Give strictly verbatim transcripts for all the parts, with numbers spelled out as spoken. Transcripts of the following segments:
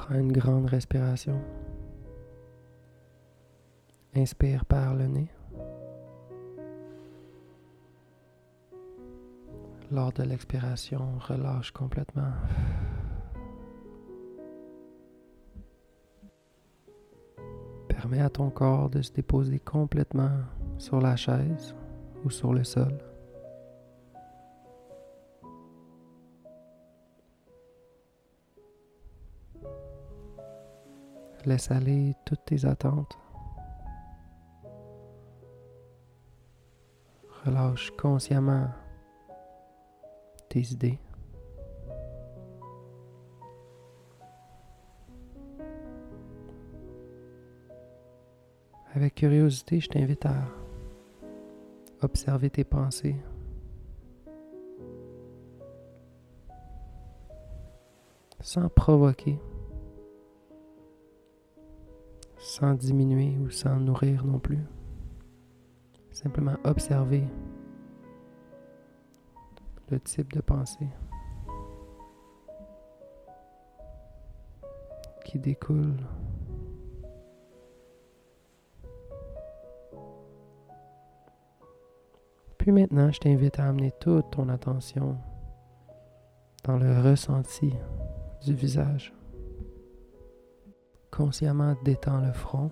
Prends une grande respiration. Inspire par le nez. Lors de l'expiration, relâche complètement. Permets à ton corps de se déposer complètement sur la chaise ou sur le sol. Laisse aller toutes tes attentes. Relâche consciemment tes idées. Avec curiosité, je t'invite à observer tes pensées. Sans provoquer. Sans diminuer ou sans nourrir non plus. Simplement observer le type de pensée qui découle. Puis maintenant, je t'invite à amener toute ton attention dans le ressenti du visage. Consciemment détends le front.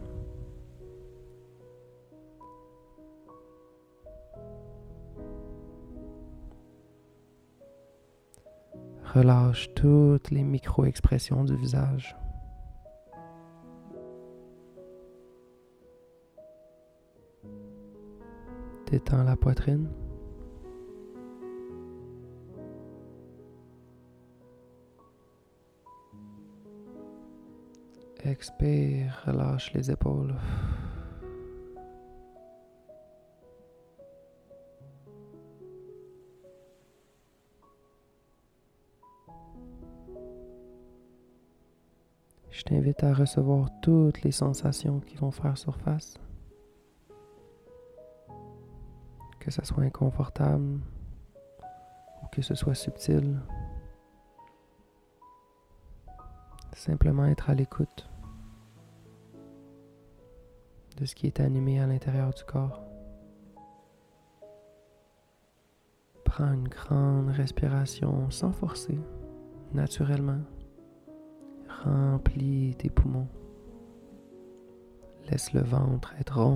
Relâche toutes les micro-expressions du visage. Détends la poitrine. Expire, relâche les épaules. Je t'invite à recevoir toutes les sensations qui vont faire surface. Que ce soit inconfortable ou que ce soit subtil. Simplement être à l'écoute de ce qui est animé à l'intérieur du corps. Prends une grande respiration sans forcer, naturellement. Remplis tes poumons. Laisse le ventre être rond.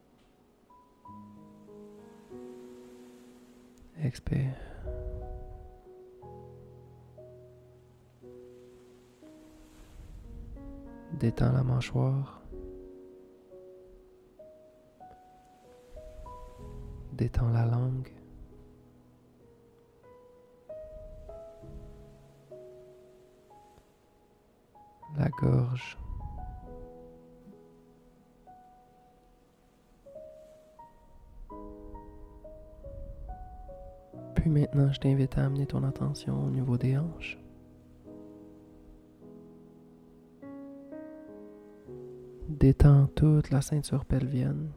Expire. Détends la mâchoire. Détends la langue. La gorge. Puis maintenant, je t'invite à amener ton attention au niveau des hanches. Détends toute la ceinture pelvienne.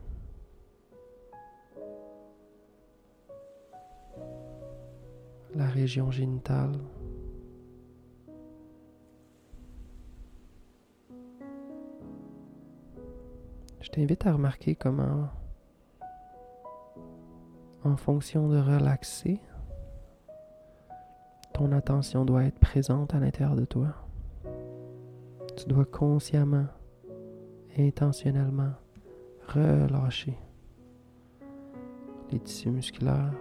La région génitale. Je t'invite à remarquer comment, en fonction de relaxer, ton attention doit être présente à l'intérieur de toi. Tu dois consciemment, intentionnellement relâcher les tissus musculaires,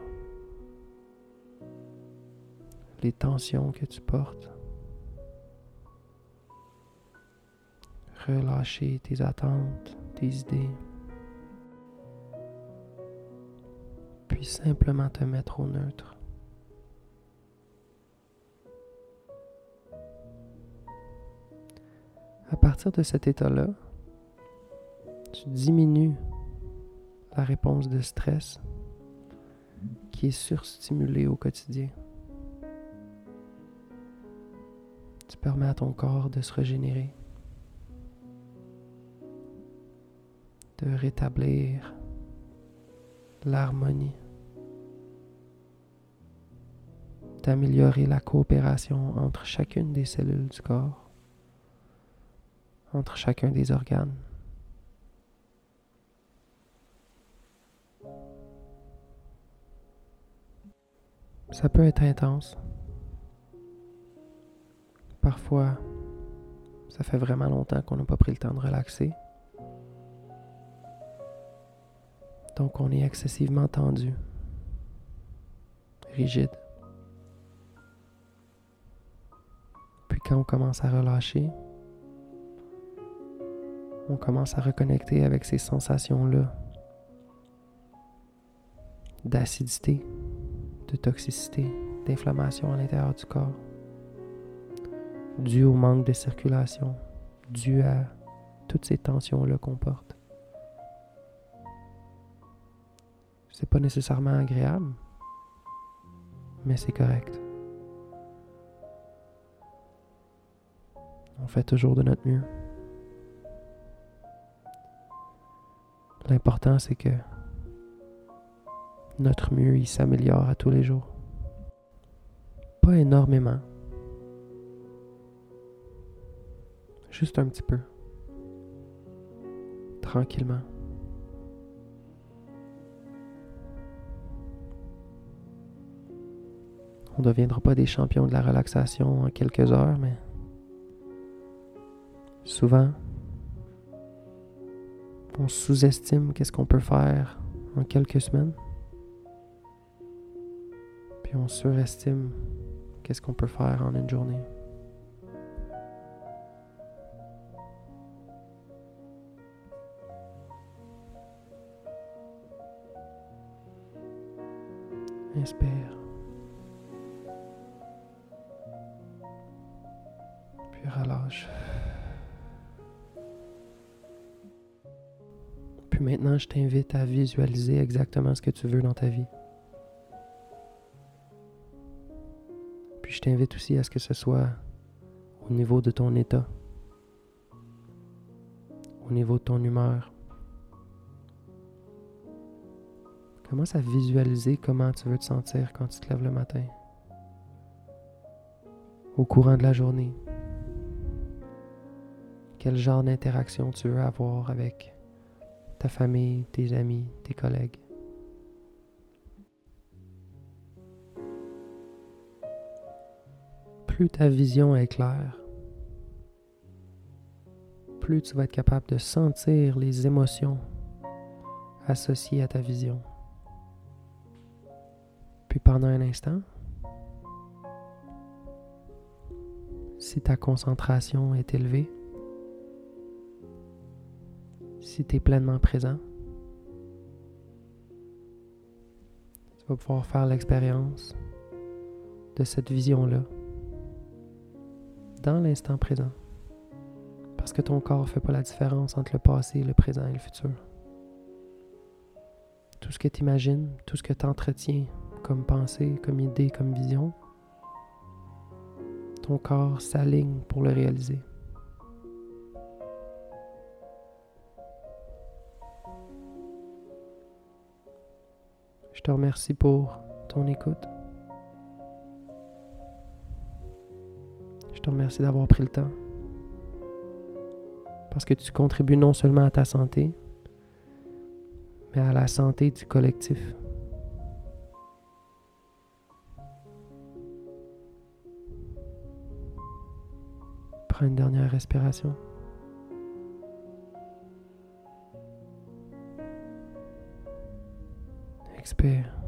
les tensions que tu portes. Relâcher tes attentes, tes idées. Puis simplement te mettre au neutre. À partir de cet état-là, tu diminues la réponse de stress qui est surstimulée au quotidien. Tu permets à ton corps de se régénérer, de rétablir l'harmonie, d'améliorer la coopération entre chacune des cellules du corps. entre chacun des organes. Ça peut être intense. Parfois, ça fait vraiment longtemps qu'on n'a pas pris le temps de relaxer. Donc on est excessivement tendu, rigide. Puis quand on commence à relâcher, on commence à reconnecter avec ces sensations-là d'acidité, de toxicité, d'inflammation à l'intérieur du corps, dû au manque de circulation, dû à toutes ces tensions-là qu'on porte. C'est pas nécessairement agréable, mais c'est correct. On fait toujours de notre mieux. L'important, c'est que notre mieux, il s'améliore à tous les jours. Pas énormément. Juste un petit peu. Tranquillement. On ne deviendra pas des champions de la relaxation en quelques heures, mais souvent, on sous-estime qu'est-ce qu'on peut faire en quelques semaines. Puis on surestime qu'est-ce qu'on peut faire en une journée. Inspire. Puis relâche. Puis maintenant, je t'invite à visualiser exactement ce que tu veux dans ta vie. Puis je t'invite aussi à ce que ce soit au niveau de ton état, au niveau de ton humeur. Commence à visualiser comment tu veux te sentir quand tu te lèves le matin, au courant de la journée. Quel genre d'interaction tu veux avoir avec ta famille, tes amis, tes collègues. Plus ta vision est claire, plus tu vas être capable de sentir les émotions associées à ta vision. Puis pendant un instant, si ta concentration est élevée, si tu es pleinement présent, tu vas pouvoir faire l'expérience de cette vision-là dans l'instant présent. Parce que ton corps ne fait pas la différence entre le passé, le présent et le futur. Tout ce que tu imagines, tout ce que tu entretiens comme pensée, comme idée, comme vision, ton corps s'aligne pour le réaliser. Je te remercie pour ton écoute. Je te remercie d'avoir pris le temps. Parce que tu contribues non seulement à ta santé, mais à la santé du collectif. Prends une dernière respiration. Expire.